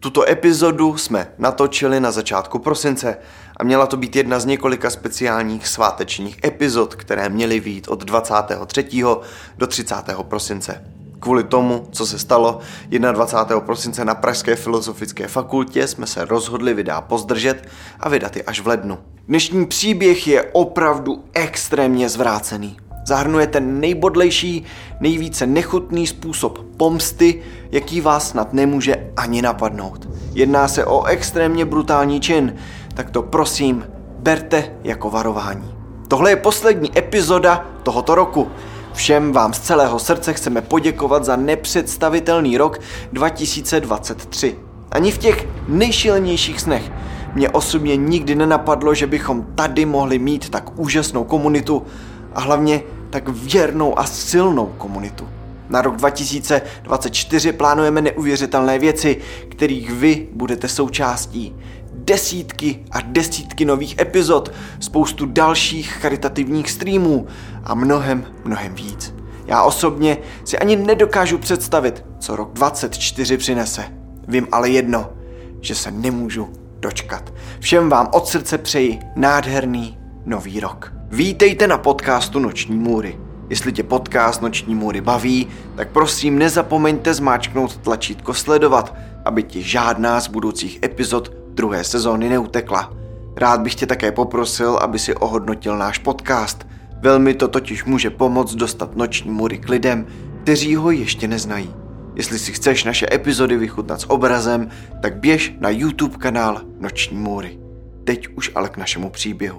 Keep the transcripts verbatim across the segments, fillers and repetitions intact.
Tuto epizodu jsme natočili na začátku prosince a měla to být jedna z několika speciálních svátečních epizod, které měly vyjít od dvacátého třetího do třicátého prosince. Kvůli tomu, co se stalo dvacátého prvního prosince na Pražské filozofické fakultě, jsme se rozhodli videa pozdržet a vydat je až v lednu. Dnešní příběh je opravdu extrémně zvrácený. Zahrnuje ten nejbodlejší, nejvíce nechutný způsob pomsty, jaký vás snad nemůže ani napadnout. Jedná se o extrémně brutální čin, tak to prosím berte jako varování. Tohle je poslední epizoda tohoto roku. Všem vám z celého srdce chceme poděkovat za nepředstavitelný rok dva tisíce dvacet tři. Ani v těch nejšílenějších snech mě osobně nikdy nenapadlo, že bychom tady mohli mít tak úžasnou komunitu a hlavně tak věrnou a silnou komunitu. Na rok dva tisíce dvacet čtyři plánujeme neuvěřitelné věci, kterých vy budete součástí. Desítky a desítky nových epizod, spoustu dalších charitativních streamů a mnohem, mnohem víc. Já osobně si ani nedokážu představit, co rok dvacet čtyři přinese. Vím ale jedno, že se nemůžu dočkat. Všem vám od srdce přeji nádherný nový rok. Vítejte na podcastu Noční můry. Jestli tě podcast Noční můry baví, tak prosím nezapomeňte zmáčknout tlačítko sledovat, aby ti žádná z budoucích epizod druhé sezóny neutekla. Rád bych tě také poprosil, aby si ohodnotil náš podcast. Velmi to totiž může pomoct dostat Noční můry k lidem, kteří ho ještě neznají. Jestli si chceš naše epizody vychutnat s obrazem, tak běž na YouTube kanál Noční můry. Teď už ale k našemu příběhu.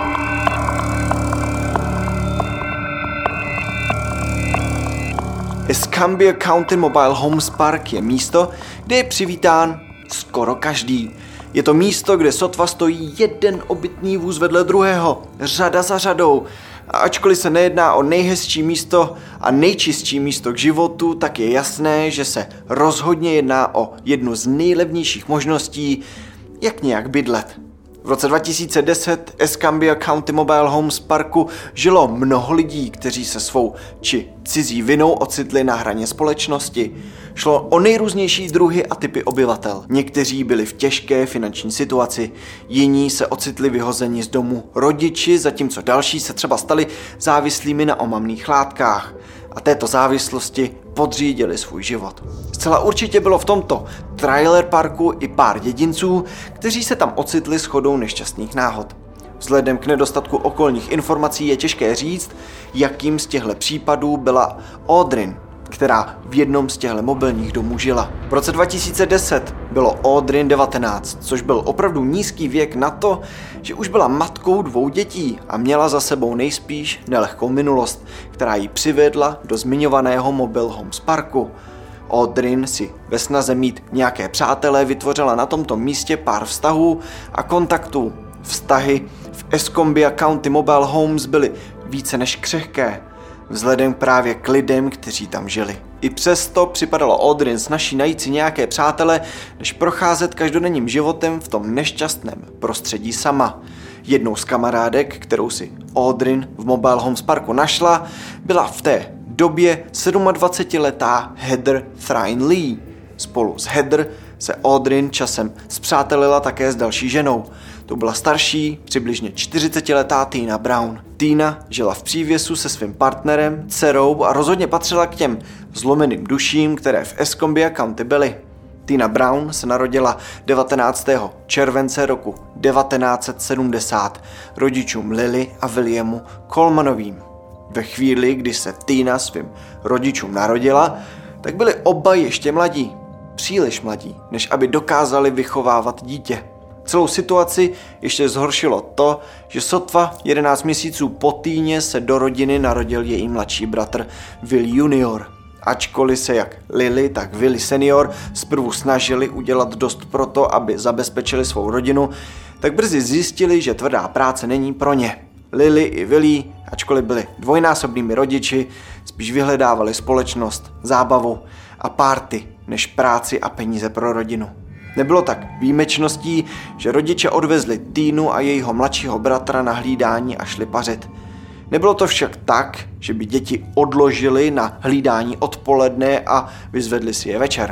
Escambia County Mobile Homes Park je místo, kde je přivítán skoro každý. Je to místo, kde sotva stojí jeden obytný vůz vedle druhého, řada za řadou. A ačkoliv se nejedná o nejhezčí místo a nejčistší místo k životu, tak je jasné, že se rozhodně jedná o jednu z nejlevnějších možností, jak nějak bydlet. V roce dva tisíce deset Escambia County Mobile Homes Parku žilo mnoho lidí, kteří se svou či cizí vinou ocitli na hraně společnosti. Šlo o nejrůznější druhy a typy obyvatel. Někteří byli v těžké finanční situaci, jiní se ocitli vyhozeni z domu rodiči, zatímco další se třeba stali závislými na omamných látkách a této závislosti podřídili svůj život. Zcela určitě bylo v tomto trailer parku i pár jedinců, kteří se tam ocitli shodou nešťastných náhod. Vzhledem k nedostatku okolních informací je těžké říct, jakým z těchto případů byla Audryn, která v jednom z těchto mobilních domů žila. V roce dva tisíce deset bylo Audryn devatenáct, což byl opravdu nízký věk na to, že už byla matkou dvou dětí a měla za sebou nejspíš nelehkou minulost, která ji přivedla do zmiňovaného Mobile Homes Parku. Audryn si ve snaze mít nějaké přátelé vytvořila na tomto místě pár vztahů a kontaktů. Vztahy v Escambia County Mobile Homes byly více než křehké, vzhledem právě k lidem, kteří tam žili. I přesto připadalo Audryn snazší najít si nějaké přátele, než procházet každodenním životem v tom nešťastném prostředí sama. Jednou z kamarádek, kterou si Audryn v Mobile Homes Parku našla, byla v té době sedmadvacetiletá Heather Thryne Lee. Spolu s Heather se Audryn časem spřátelila také s další ženou. To byla starší, přibližně čtyřicetiletá Tina Brown. Tina žila v přívěsu se svým partnerem, dcerou a rozhodně patřila k těm zlomeným duším, které v Escambia County byly. Tina Brown se narodila devatenáctého července roku devatenáct set sedmdesát rodičům Lily a Williamu Colemanovým. Ve chvíli, kdy se Tina svým rodičům narodila, tak byli oba ještě mladí. Příliš mladí, než aby dokázali vychovávat dítě. Celou situaci ještě zhoršilo to, že sotva jedenáct měsíců po Týně se do rodiny narodil její mladší bratr Will junior. Ačkoliv se jak Lily, tak Will senior zprvu snažili udělat dost pro to, aby zabezpečili svou rodinu, tak brzy zjistili, že tvrdá práce není pro ně. Lily i Willy, ačkoliv byli dvojnásobnými rodiči, spíš vyhledávali společnost, zábavu a párty, než práci a peníze pro rodinu. Nebylo tak výjimečností, že rodiče odvezli Týnu a jejího mladšího bratra na hlídání a šli pařit. Nebylo to však tak, že by děti odložili na hlídání odpoledne a vyzvedli si je večer.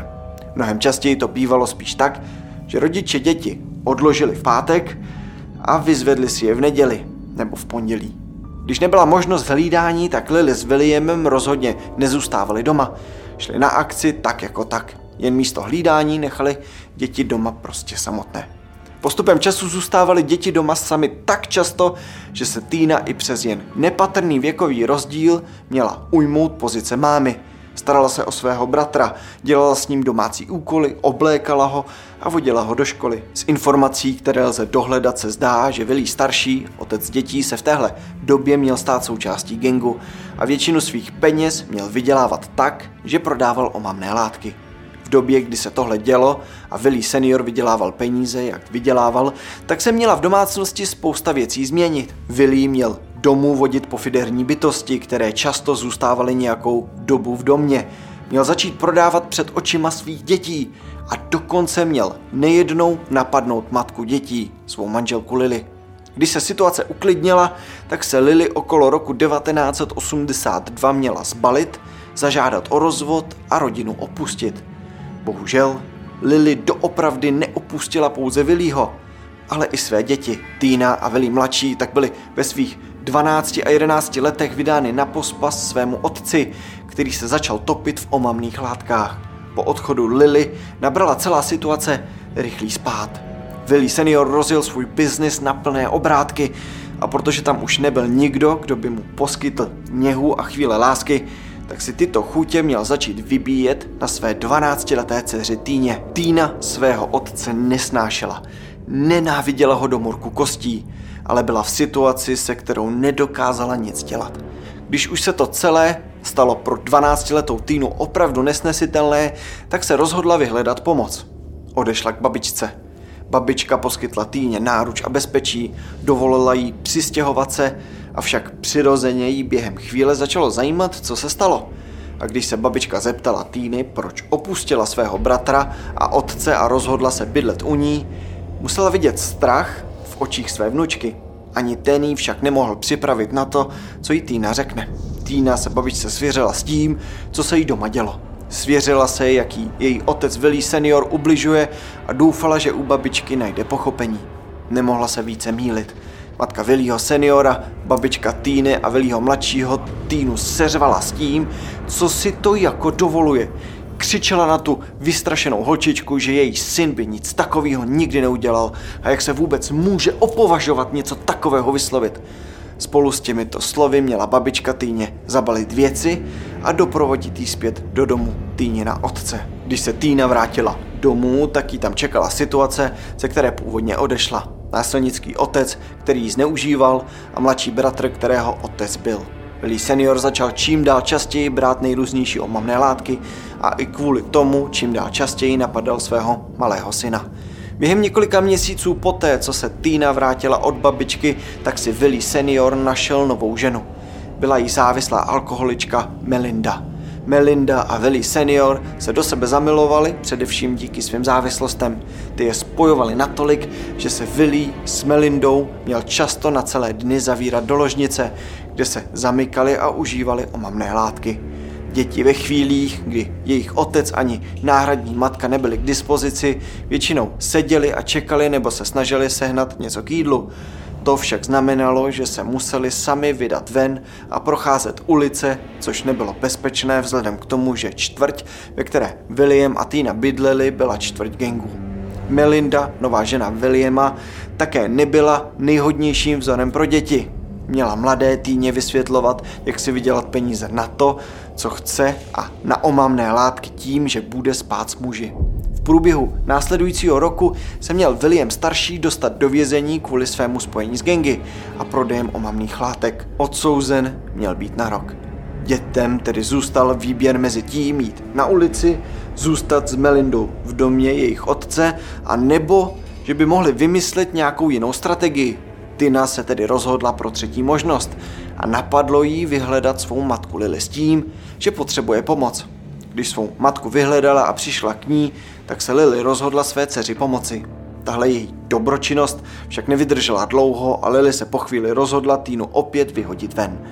Mnohem častěji to bývalo spíš tak, že rodiče děti odložili v pátek a vyzvedli si je v neděli nebo v pondělí. Když nebyla možnost hlídání, tak Lily s Williamem rozhodně nezůstávali doma. Šli na akci tak jako tak. Jen místo hlídání nechali děti doma prostě samotné. Postupem času zůstávaly děti doma sami tak často, že se Tina i přes jen nepatrný věkový rozdíl měla ujmout pozice mámy. Starala se o svého bratra, dělala s ním domácí úkoly, oblékala ho a vodila ho do školy. Z informací, které lze dohledat, se zdá, že Willie starší, otec dětí, se v téhle době měl stát součástí gangu a většinu svých peněz měl vydělávat tak, že prodával omamné látky. V době, kdy se tohle dělo a Willie senior vydělával peníze, jak vydělával, tak se měla v domácnosti spousta věcí změnit. Willie měl domů vodit pofiderní bytosti, které často zůstávaly nějakou dobu v domě. Měl začít prodávat před očima svých dětí a dokonce měl nejednou napadnout matku dětí, svou manželku Lily. Když se situace uklidnila, tak se Lily okolo roku devatenáct set osmdesát dva měla zbalit, zažádat o rozvod a rodinu opustit. Bohužel, Lily doopravdy neopustila pouze Willieho, ale i své děti. Tina a Willie mladší tak byli ve svých dvanácti a jedenácti letech vydány na pospas svému otci, který se začal topit v omamných látkách. Po odchodu Lily nabrala celá situace rychlý spád. Willie senior rozjel svůj biznis na plné obrátky a protože tam už nebyl nikdo, kdo by mu poskytl něhu a chvíle lásky, tak si tyto chutě měl začít vybíjet na své dvanáctileté dceři Tíně. Tina svého otce nesnášela. Nenáviděla ho do morku kostí, ale byla v situaci, se kterou nedokázala nic dělat. Když už se to celé stalo pro dvanáctiletou Tínu opravdu nesnesitelné, tak se rozhodla vyhledat pomoc. Odešla k babičce. Babička poskytla Tíně náruč a bezpečí, dovolila jí přistěhovat se, avšak přirozeně jí během chvíle začalo zajímat, co se stalo. A když se babička zeptala Tíny, proč opustila svého bratra a otce a rozhodla se bydlet u ní, musela vidět strach v očích své vnučky. Ani ten jí však nemohl připravit na to, co jí Tína řekne. Tína se babičce svěřila s tím, co se jí doma dělo. Svěřila se, jaký její otec Willie senior ubližuje a doufala, že u babičky najde pochopení. Nemohla se více mýlit. Matka Willieho seniora, babička Tíny a Willieho mladšího Tínu seřvala s tím, co si to jako dovoluje. Křičela na tu vystrašenou holčičku, že její syn by nic takového nikdy neudělal a jak se vůbec může opovažovat něco takového vyslovit. Spolu s těmito slovy měla babička Tíně zabalit věci a doprovodit jí zpět do domu Tínina otce. Když se Tína vrátila domů, tak jí tam čekala situace, ze které původně odešla. Násilnický otec, který ji zneužíval, a mladší bratr, kterého otec byl. Willie senior začal čím dál častěji brát nejrůznější omamné látky a i kvůli tomu čím dál častěji napadal svého malého syna. Během několika měsíců poté, co se Tina vrátila od babičky, tak si Willie senior našel novou ženu. Byla jí závislá alkoholička Melinda. Melinda a Willie senior se do sebe zamilovali především díky svým závislostem. Ty je spojovaly natolik, že se Willie s Melindou měl často na celé dny zavírat do ložnice, kde se zamykali a užívali omamné látky. Děti ve chvílích, kdy jejich otec ani náhradní matka nebyli k dispozici, většinou seděli a čekali nebo se snažili sehnat něco k jídlu. To však znamenalo, že se museli sami vydat ven a procházet ulice, což nebylo bezpečné vzhledem k tomu, že čtvrť, ve které William a Tina bydleli, byla čtvrť gangu. Melinda, nová žena Williama, také nebyla nejhodnějším vzorem pro děti. Měla mladé Tíně vysvětlovat, jak si vydělat peníze na to, co chce a na omamné látky tím, že bude spát s muži. V průběhu následujícího roku se měl William starší dostat do vězení kvůli svému spojení s gangy a prodejem omamných látek. Odsouzen měl být na rok. Dětem tedy zůstal výběr mezi tím jít na ulici, zůstat s Melindou v domě jejich otce a nebo, že by mohli vymyslet nějakou jinou strategii. Tina se tedy rozhodla pro třetí možnost a napadlo jí vyhledat svou matku Lily s tím, že potřebuje pomoc. Když svou matku vyhledala a přišla k ní, tak se Lily rozhodla své dceři pomoci. Tahle její dobročinnost však nevydržela dlouho a Lily se po chvíli rozhodla Tínu opět vyhodit ven.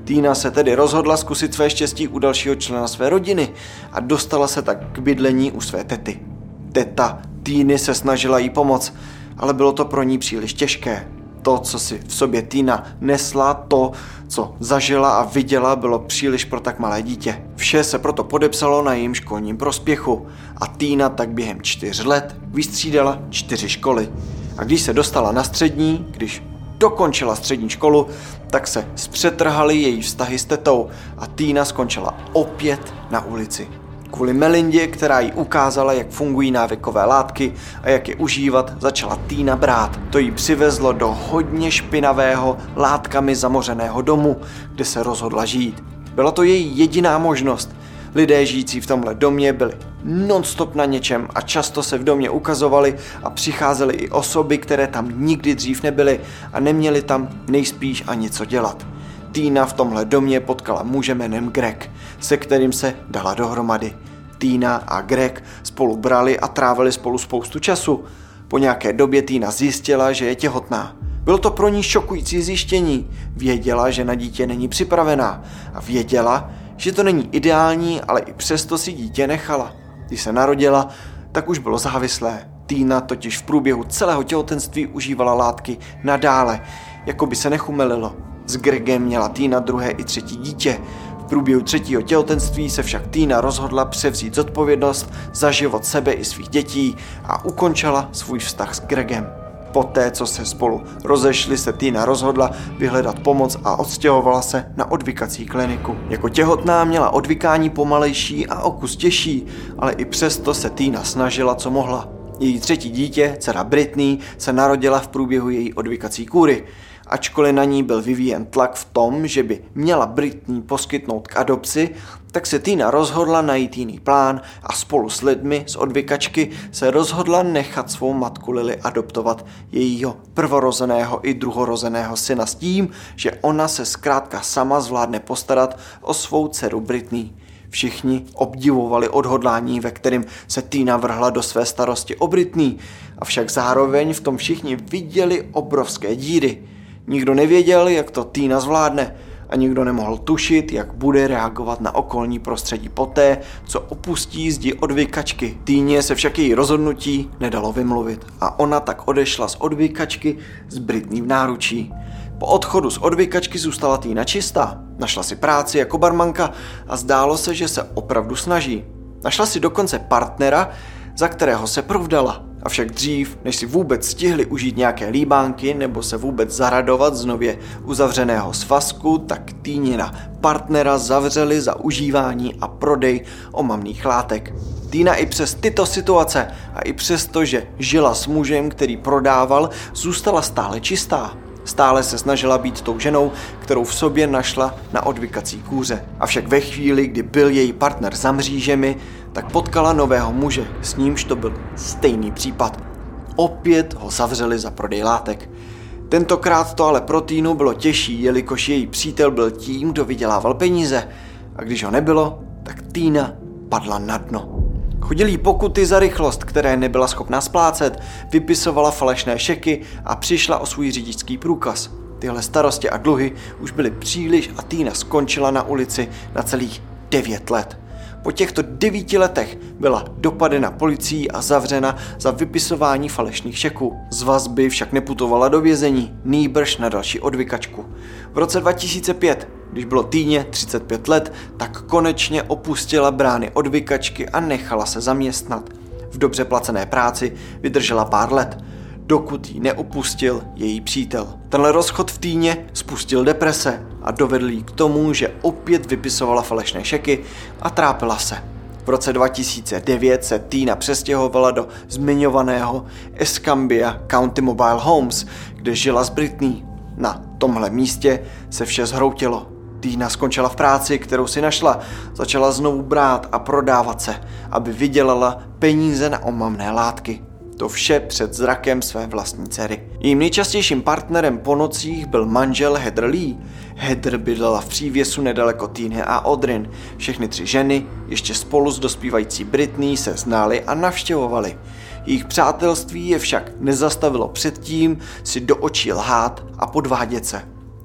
Tina se tedy rozhodla zkusit své štěstí u dalšího člena své rodiny a dostala se tak k bydlení u své tety. Teta Tiny se snažila jí pomoct, ale bylo to pro ní příliš těžké. To, co si v sobě Tina nesla, to, co zažila a viděla, bylo příliš pro tak malé dítě. Vše se proto podepsalo na jejím školním prospěchu a Tina tak během čtyř let vystřídala čtyři školy. A když se dostala na střední, když dokončila střední školu, tak se zpřetrhaly její vztahy s tetou a Tina skončila opět na ulici. Kvůli Melindě, která jí ukázala, jak fungují návykové látky a jak je užívat, začala Tina brát. To jí přivezlo do hodně špinavého, látkami zamořeného domu, kde se rozhodla žít. Byla to její jediná možnost. Lidé žijící v tomhle domě byli non-stop na něčem a často se v domě ukazovali a přicházely i osoby, které tam nikdy dřív nebyly a neměly tam nejspíš ani co dělat. Tina v tomhle domě potkala muže jménem Greg, se kterým se dala dohromady. Tina a Greg spolu brali a trávili spolu spoustu času. Po nějaké době Tina zjistila, že je těhotná. Bylo to pro ní šokující zjištění. Věděla, že na dítě není připravená a věděla, že to není ideální, ale i přesto si dítě nechala. Když se narodila, tak už bylo závislé. Tina totiž v průběhu celého těhotenství užívala látky nadále, jako by se nechumelilo. S Gregem měla Tina druhé i třetí dítě. V průběhu třetího těhotenství se však Tina rozhodla převzít zodpovědnost za život sebe i svých dětí a ukončila svůj vztah s Gregem. Poté, co se spolu rozešli, se Tina rozhodla vyhledat pomoc a odstěhovala se na odvykací kliniku. Jako těhotná měla odvykání pomalejší a o kus těžší, ale i přesto se Tina snažila, co mohla. Její třetí dítě, dcera Britney, se narodila v průběhu její odvykací kúry. Ačkoliv na ní byl vyvíjen tlak v tom, že by měla Britney poskytnout k adopci, tak se Tina rozhodla najít jiný plán a spolu s lidmi z odvykačky se rozhodla nechat svou matku Lily adoptovat jejího prvorozeného i druhorozeného syna s tím, že ona se zkrátka sama zvládne postarat o svou dceru Britney. Všichni obdivovali odhodlání, ve kterém se Tina vrhla do své starosti o Britney, avšak zároveň v tom všichni viděli obrovské díry. Nikdo nevěděl, jak to Tina zvládne a nikdo nemohl tušit, jak bude reagovat na okolní prostředí poté, co opustí zdi odvykačky. Týně se však její rozhodnutí nedalo vymluvit a ona tak odešla z odvykačky s Britney v náručí. Po odchodu z odvykačky zůstala Tina čistá. Našla si práci jako barmanka a zdálo se, že se opravdu snaží. Našla si dokonce partnera, za kterého se provdala. Avšak dřív, než si vůbec stihli užít nějaké líbánky nebo se vůbec zaradovat z nově uzavřeného svazku, tak Tínina partnera zavřeli za užívání a prodej omamných látek. Tina i přes tyto situace a i přesto, že žila s mužem, který prodával, zůstala stále čistá. Stále se snažila být tou ženou, kterou v sobě našla na odvykací kůře. Avšak ve chvíli, kdy byl její partner za mřížemi, tak potkala nového muže, s nímž to byl stejný případ. Opět ho zavřeli za prodej látek. Tentokrát to ale pro Tínu bylo těžší, jelikož její přítel byl tím, kdo vydělával peníze. A když ho nebylo, tak Tina padla na dno. Chodily jí pokuty za rychlost, které nebyla schopná splácet, vypisovala falešné šeky a přišla o svůj řidičský průkaz. Tyhle starosti a dluhy už byly příliš a Tina skončila na ulici na celých devět let. Po těchto devíti letech byla dopadena policií a zavřena za vypisování falešných šeků. Z vazby však neputovala do vězení, nýbrž na další odvykačku. V roce dva tisíce pět, když bylo Tíně třicet pět let, tak konečně opustila brány odvykačky a nechala se zaměstnat. V dobře placené práci vydržela pár let, dokud ji neopustil její přítel. Tenhle rozchod v Tíně spustil deprese a dovedl ji k tomu, že opět vypisovala falešné šeky a trápila se. V roce dva tisíce devět se Tina přestěhovala do zmiňovaného Escambia County Mobile Homes, kde žila s Britney. Na tomhle místě se vše zhroutilo. Tina skončila v práci, kterou si našla, začala znovu brát a prodávat se, aby vydělala peníze na omamné látky. To vše před zrakem své vlastní dcery. Jejím nejčastějším partnerem po nocích byl manžel Heather Lee. Heather bydlela v přívěsu nedaleko Tiny a Audryn. Všechny tři ženy, ještě spolu s dospívající Britney, se znali a navštěvovali. Jejich přátelství je však nezastavilo před tím si do očí lhát a podvádět se.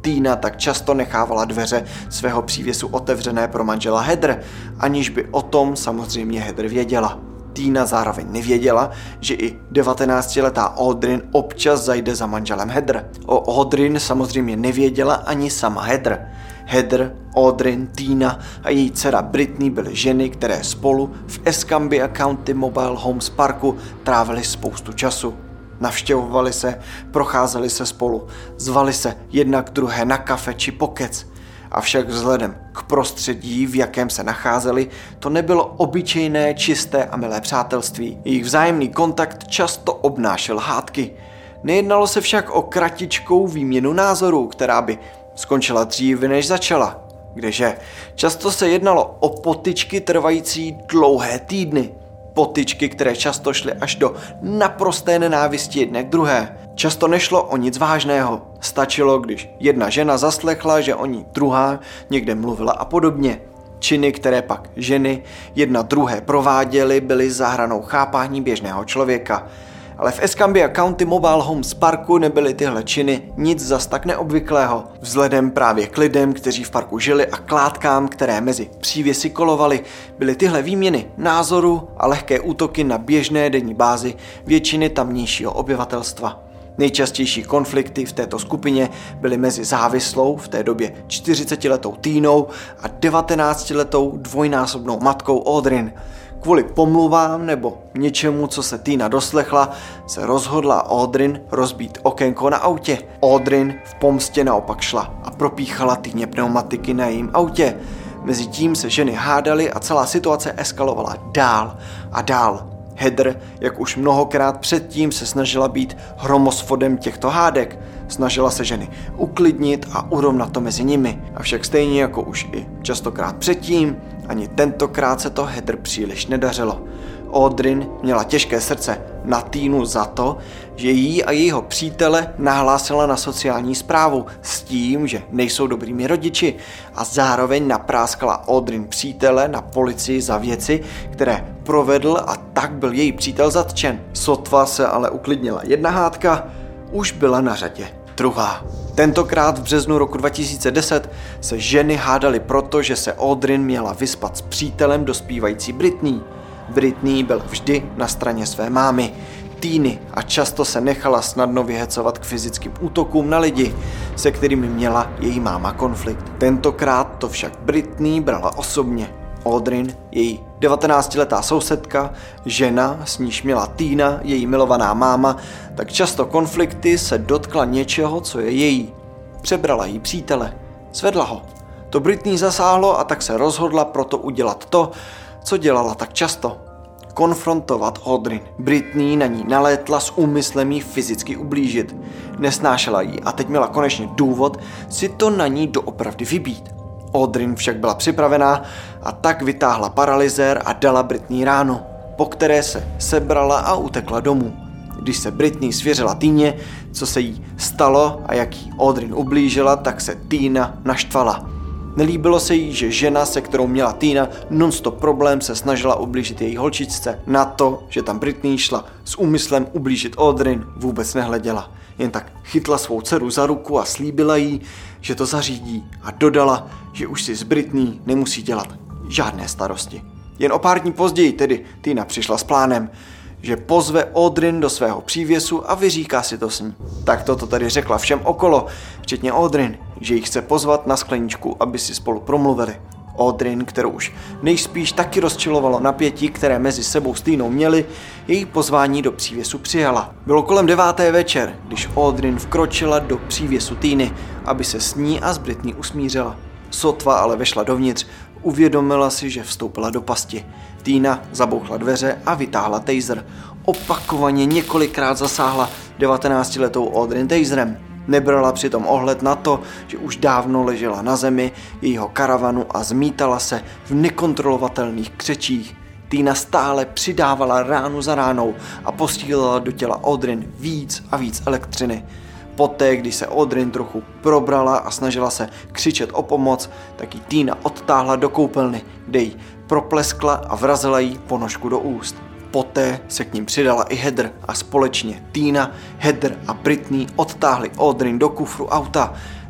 Tina tak často nechávala dveře svého přívěsu otevřené pro manžela Heather, aniž by o tom samozřejmě Heather věděla. Tina zároveň nevěděla, že i devatenáctiletá Audryn občas zajde za manželem Heather. O Audryn samozřejmě nevěděla ani sama Heather. Heather, Audryn, Tina a její dcera Britney byly ženy, které spolu v Escambia County Mobile Homes Parku trávily spoustu času. Navštěvovali se, procházeli se spolu, zvali se jedna k druhé na kafe či pokec. Avšak vzhledem k prostředí, v jakém se nacházeli, to nebylo obyčejné, čisté a milé přátelství. Jejich vzájemný kontakt často obnášel hádky. Nejednalo se však o kratičkou výměnu názorů, která by skončila dříve, než začala. Kdeže často se jednalo o potyčky trvající dlouhé týdny. Potyčky, které často šly až do naprosté nenávisti jedné k druhé. Často nešlo o nic vážného. Stačilo, když jedna žena zaslechla, že o ní druhá někde mluvila a podobně. Činy, které pak ženy jedna druhé prováděly, byly za hranou chápání běžného člověka. Ale v Escambia County Mobile Homes Parku nebyly tyhle činy nic zas tak neobvyklého. Vzhledem právě k lidem, kteří v parku žili a kládkám, které mezi přívěsy kolovaly, byly tyhle výměny názorů a lehké útoky na běžné denní bázi většiny tamnějšího obyvatelstva. Nejčastější konflikty v této skupině byly mezi závislou, v té době čtyřicetiletou Tinou a devatenáctiletou dvojnásobnou matkou Audryn. Kvůli pomluvám nebo něčemu, co se Tina doslechla, se rozhodla Audryn rozbít okénko na autě. Audryn v pomstě naopak šla a propíchala Tině pneumatiky na jejím autě. Mezitím se ženy hádaly a celá situace eskalovala dál a dál. Heather, jak už mnohokrát předtím, se snažila být hromosvodem těchto hádek. Snažila se ženy uklidnit a urovnat to mezi nimi. Avšak stejně jako už i častokrát předtím, ani tentokrát se to Heather příliš nedařilo. Audryn měla těžké srdce na Tinu za to, že jí a jejího přítele nahlásila na sociální správu s tím, že nejsou dobrými rodiči, a zároveň napráskala Audryn přítele na policii za věci, které provedl, a tak byl její přítel zatčen. Sotva se ale uklidnila jedna hádka, už byla na řadě druhá. Tentokrát v březnu roku dva tisíce deset se ženy hádaly proto, že se Audryn měla vyspat s přítelem dospívající Britney. Britney byl vždy na straně své mámy, Tiny, a často se nechala snadno vyhecovat k fyzickým útokům na lidi, se kterými měla její máma konflikt. Tentokrát to však Britney brala osobně. Audryn, její devatenáctiletá sousedka, žena, s níž měla Tina, její milovaná máma, tak často konflikty se dotkla něčeho, co je její. Přebrala jí přítele, svedla ho. To Britney zasáhlo, a tak se rozhodla proto udělat to, co dělala tak často. Konfrontovat Audryn. Britney na ní nalétla s úmyslem jí fyzicky ublížit. Nesnášela jí a teď měla konečně důvod si to na ní doopravdy vybít. Audryn však byla připravená a tak vytáhla paralyzér a dala Britney ránu, po které se sebrala a utekla domů. Když se Britney svěřila Tině, co se jí stalo a jak jí Audryn ublížila, tak se Tina naštvala. Nelíbilo se jí, že žena, se kterou měla Tina non-stop problém, se snažila ublížit její holčičce. Na to, že tam Britney šla s úmyslem ublížit Audryn, vůbec nehleděla. Jen tak chytla svou dceru za ruku a slíbila jí, že to zařídí, a dodala, že už si s Britney nemusí dělat žádné starosti. Jen o pár dní později tedy Tina přišla s plánem, že pozve Audryn do svého přívěsu a vyříká si to s ní. Tak toto tedy řekla všem okolo, včetně Audryn, že ji chce pozvat na skleničku, aby si spolu promluvili. Audryn, kterou už nejspíš taky rozčilovalo napětí, které mezi sebou s Tinou měli, její pozvání do přívěsu přijala. Bylo kolem deváté večer, když Audryn vkročila do přívěsu Tiny, aby se s ní a s Britney usmířila. Sotva ale vešla dovnitř, uvědomila si, že vstoupila do pasti. Tina zabouchla dveře a vytáhla taser. Opakovaně několikrát zasáhla devatenáctiletou Audryn taserem. Nebrala přitom ohled na to, že už dávno ležela na zemi jejího karavanu a zmítala se v nekontrolovatelných křečích. Tina stále přidávala ránu za ránou a posílala do těla Audryn víc a víc elektřiny. Poté, když se Audryn trochu probrala a snažila se křičet o pomoc, tak ji Tina odtáhla do koupelny, kde ji propleskla a vrazila jí ponožku do úst. Poté se k ním přidala i Heather a společně Tina, Heather a Britney odtáhli Audryn do kufru auta,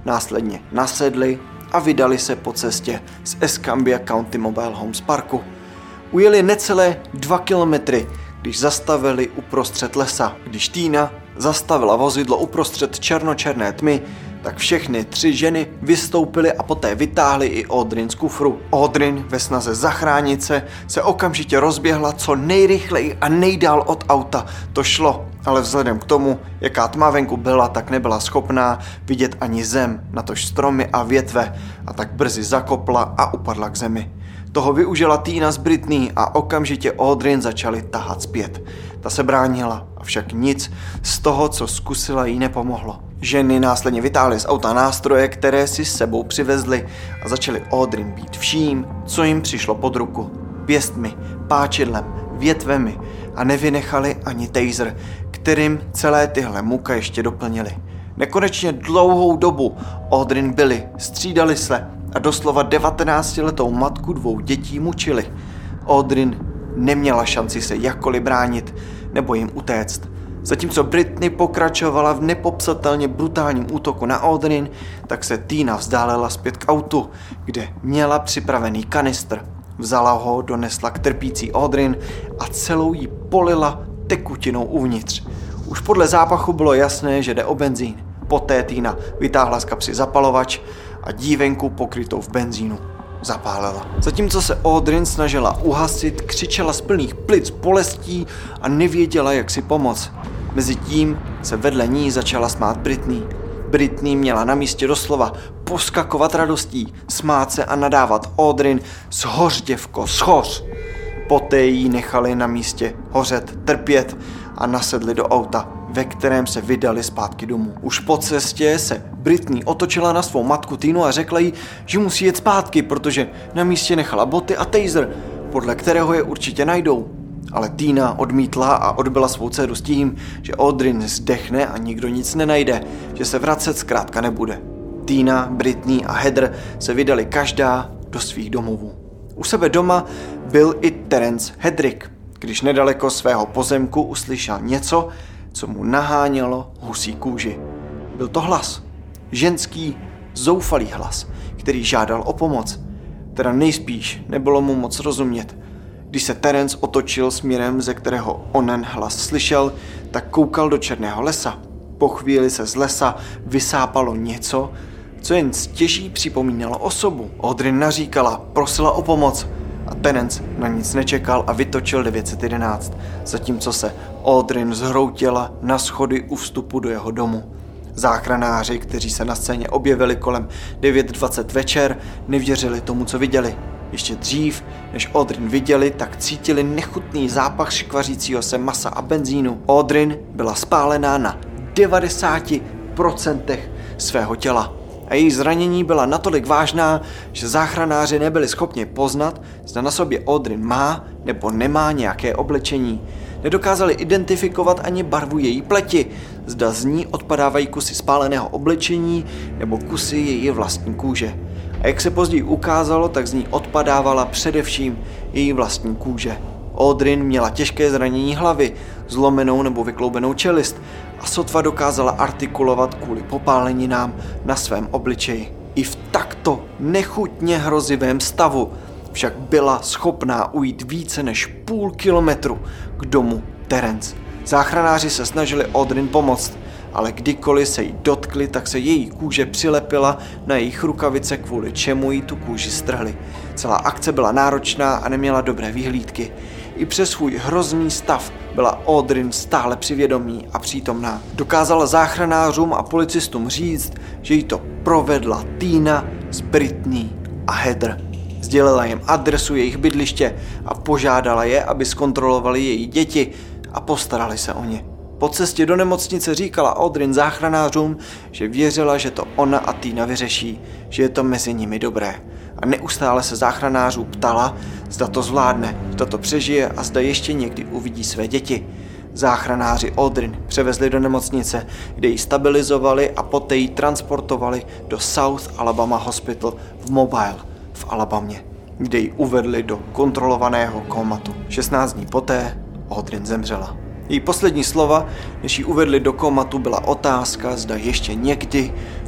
následně nasedli a vydali se po cestě z Escambia County Mobile Homes Parku. Ujeli necelé dva kilometry, když zastavili uprostřed lesa. Když Tina zastavila vozidlo uprostřed černočerné tmy, tak všechny tři ženy vystoupily a poté vytáhly i Audryn z kufru. Audryn ve snaze zachránit se se okamžitě rozběhla co nejrychleji a nejdál od auta. To šlo, ale vzhledem k tomu, jaká tma venku byla, tak nebyla schopná vidět ani zem, natož stromy a větve, a tak brzy zakopla a upadla k zemi. Toho využila Tina s Britney a okamžitě Audryn začali tahat zpět. Ta se bránila, avšak nic z toho, co zkusila, jí nepomohlo. Ženy následně vytáhly z auta nástroje, které si s sebou přivezly, a začaly Audryn bít vším, co jim přišlo pod ruku. Pěstmi, páčidlem, větvemi, a nevynechali ani taser, kterým celé tyhle muka ještě doplnili. Nekonečně dlouhou dobu Audryn byli, střídali se a doslova devatenáctiletou matku dvou dětí mučili. Audryn neměla šanci se jakkoliv bránit nebo jim utéct. Zatímco Britney pokračovala v nepopsatelně brutálním útoku na Audryn, tak se Tina vzdálela zpět k autu, kde měla připravený kanistr. Vzala ho, donesla k trpící Audryn a celou jí polila tekutinou uvnitř. Už podle zápachu bylo jasné, že jde o benzín. Poté Tina vytáhla z kapsy zapalovač a dívenku pokrytou v benzínu zapálila. Zatímco se Audryn snažila uhasit, křičela z plných plic bolestí a nevěděla, jak si pomoct. Mezitím se vedle ní začala smát Britney. Britney měla na místě doslova poskakovat radostí, smát se a nadávat Audryn: "Shoř, děvko, schoř!" Poté jí nechali na místě hořet, trpět a nasedli do auta, ve kterém se vydali zpátky domů. Už po cestě se Britney otočila na svou matku Tinu a řekla jí, že musí jet zpátky, protože na místě nechala boty a taser, podle kterého je určitě najdou. Ale Tina odmítla a odbyla svou dceru s tím, že Audryn zdechne a nikdo nic nenajde, že se vracet zkrátka nebude. Tina, Britney a Heather se vydali každá do svých domovů. U sebe doma byl i Terence Hedrick, když nedaleko svého pozemku uslyšel něco, co mu nahánělo husí kůži. Byl to hlas. Ženský, zoufalý hlas, který žádal o pomoc. Teda nejspíš nebylo mu moc rozumět. Když se Terence otočil směrem, ze kterého onen hlas slyšel, tak koukal do černého lesa. Po chvíli se z lesa vysápalo něco, co jen stěží připomínalo osobu. Audryn naříkala, prosila o pomoc a Terence na nic nečekal a vytočil devět set jedenáct, zatímco se Audryn zhroutila na schody u vstupu do jeho domu. Záchranáři, kteří se na scéně objevili kolem devět dvacet večer, nevěřili tomu, co viděli. Ještě dřív, než Audryn viděli, tak cítili nechutný zápach škvařícího se masa a benzínu. Audryn byla spálená na devadesát procent svého těla a její zranění byla natolik vážná, že záchranáři nebyli schopni poznat, zda na sobě Audryn má nebo nemá nějaké oblečení. Nedokázali identifikovat ani barvu její pleti, zda z ní odpadávají kusy spáleného oblečení nebo kusy její vlastní kůže. A jak se později ukázalo, tak z ní odpadávala především její vlastní kůže. Audryn měla těžké zranění hlavy, zlomenou nebo vykloubenou čelist a sotva dokázala artikulovat kvůli popáleninám na svém obličeji. I v takto nechutně hrozivém stavu však byla schopná ujít více než půl kilometru k domu Terence. Záchranáři se snažili Audryn pomoct, ale kdykoliv se jí dotkli, tak se její kůže přilepila na jejich rukavice, kvůli čemu jí tu kůži strhli. Celá akce byla náročná a neměla dobré vyhlídky. I přes svůj hrozný stav byla Audryn stále při vědomí a přítomná. Dokázala záchranářům a policistům říct, že jí to provedla Tina s Britney a Heather. Sdělila jim adresu jejich bydliště a požádala je, aby zkontrolovali její děti a postarali se o ně. Po cestě do nemocnice říkala Audryn záchranářům, že věřila, že to ona a Tina vyřeší, že je to mezi nimi dobré. A neustále se záchranářů ptala, zda to zvládne, zda to přežije a zda ještě někdy uvidí své děti. Záchranáři Audryn převezli do nemocnice, kde ji stabilizovali a poté ji transportovali do South Alabama Hospital v Mobile v Alabamě, kde ji uvedli do kontrolovaného komatu. šestnáct dní poté Audryn zemřela. Její poslední slova, než ji uvedli do komatu, byla otázka, zda ještě někdy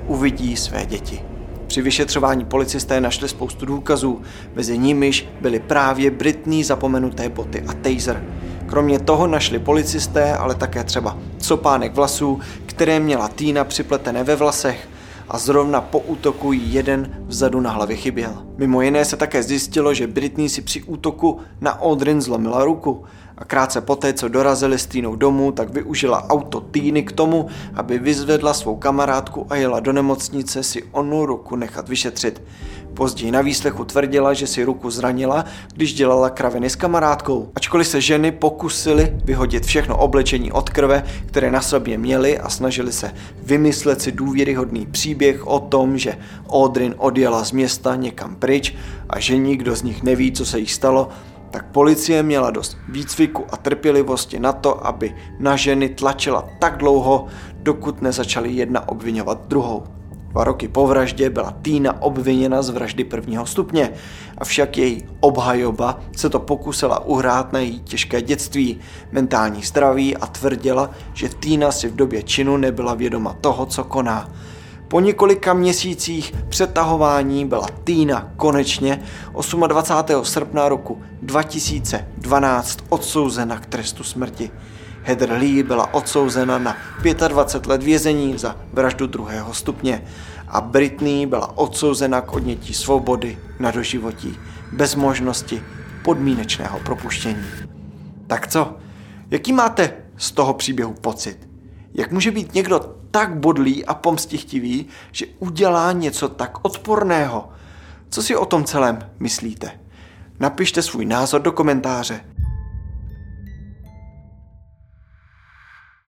uvidí své děti. Při vyšetřování policisté našli spoustu důkazů, mezi nimiž byly právě Britney zapomenuté boty a taser. Kromě toho našli policisté ale také třeba copánek vlasů, které měla Tina připletené ve vlasech, a zrovna po útoku jí jeden vzadu na hlavě chyběl. Mimo jiné se také zjistilo, že Britney si při útoku na Audryn zlomila ruku a krátce poté, co dorazili s Tinou domů, tak využila auto Tiny k tomu, aby vyzvedla svou kamarádku a jela do nemocnice si onu ruku nechat vyšetřit. Později na výslechu tvrdila, že si ruku zranila, když dělala kraviny s kamarádkou. Ačkoliv se ženy pokusily vyhodit všechno oblečení od krve, které na sobě měly, a snažili se vymyslet si důvěryhodný příběh o tom, že Audryn odjela z města někam pryč a že nikdo z nich neví, co se jí stalo, tak policie měla dost výcviku a trpělivosti na to, aby na ženy tlačila tak dlouho, dokud nezačaly jedna obvinovat druhou. Dva roky po vraždě byla Tina obviněna z vraždy prvního stupně, avšak její obhajoba se to pokusila uhrát na její těžké dětství, mentální zdraví a tvrdila, že Tina si v době činu nebyla vědoma toho, co koná. Po několika měsících přetahování byla Tina konečně dvacátého osmého srpna roku dva tisíce dvanáct odsouzena k trestu smrti. Heather Lee byla odsouzena na dvacet pět let vězení za vraždu druhého stupně a Britney byla odsouzena k odnětí svobody na doživotí bez možnosti podmínečného propuštění. Tak co? Jaký máte z toho příběhu pocit? Jak může být někdo tak bodlý a pomstychtivý, že udělá něco tak odporného? Co si o tom celém myslíte? Napište svůj názor do komentáře.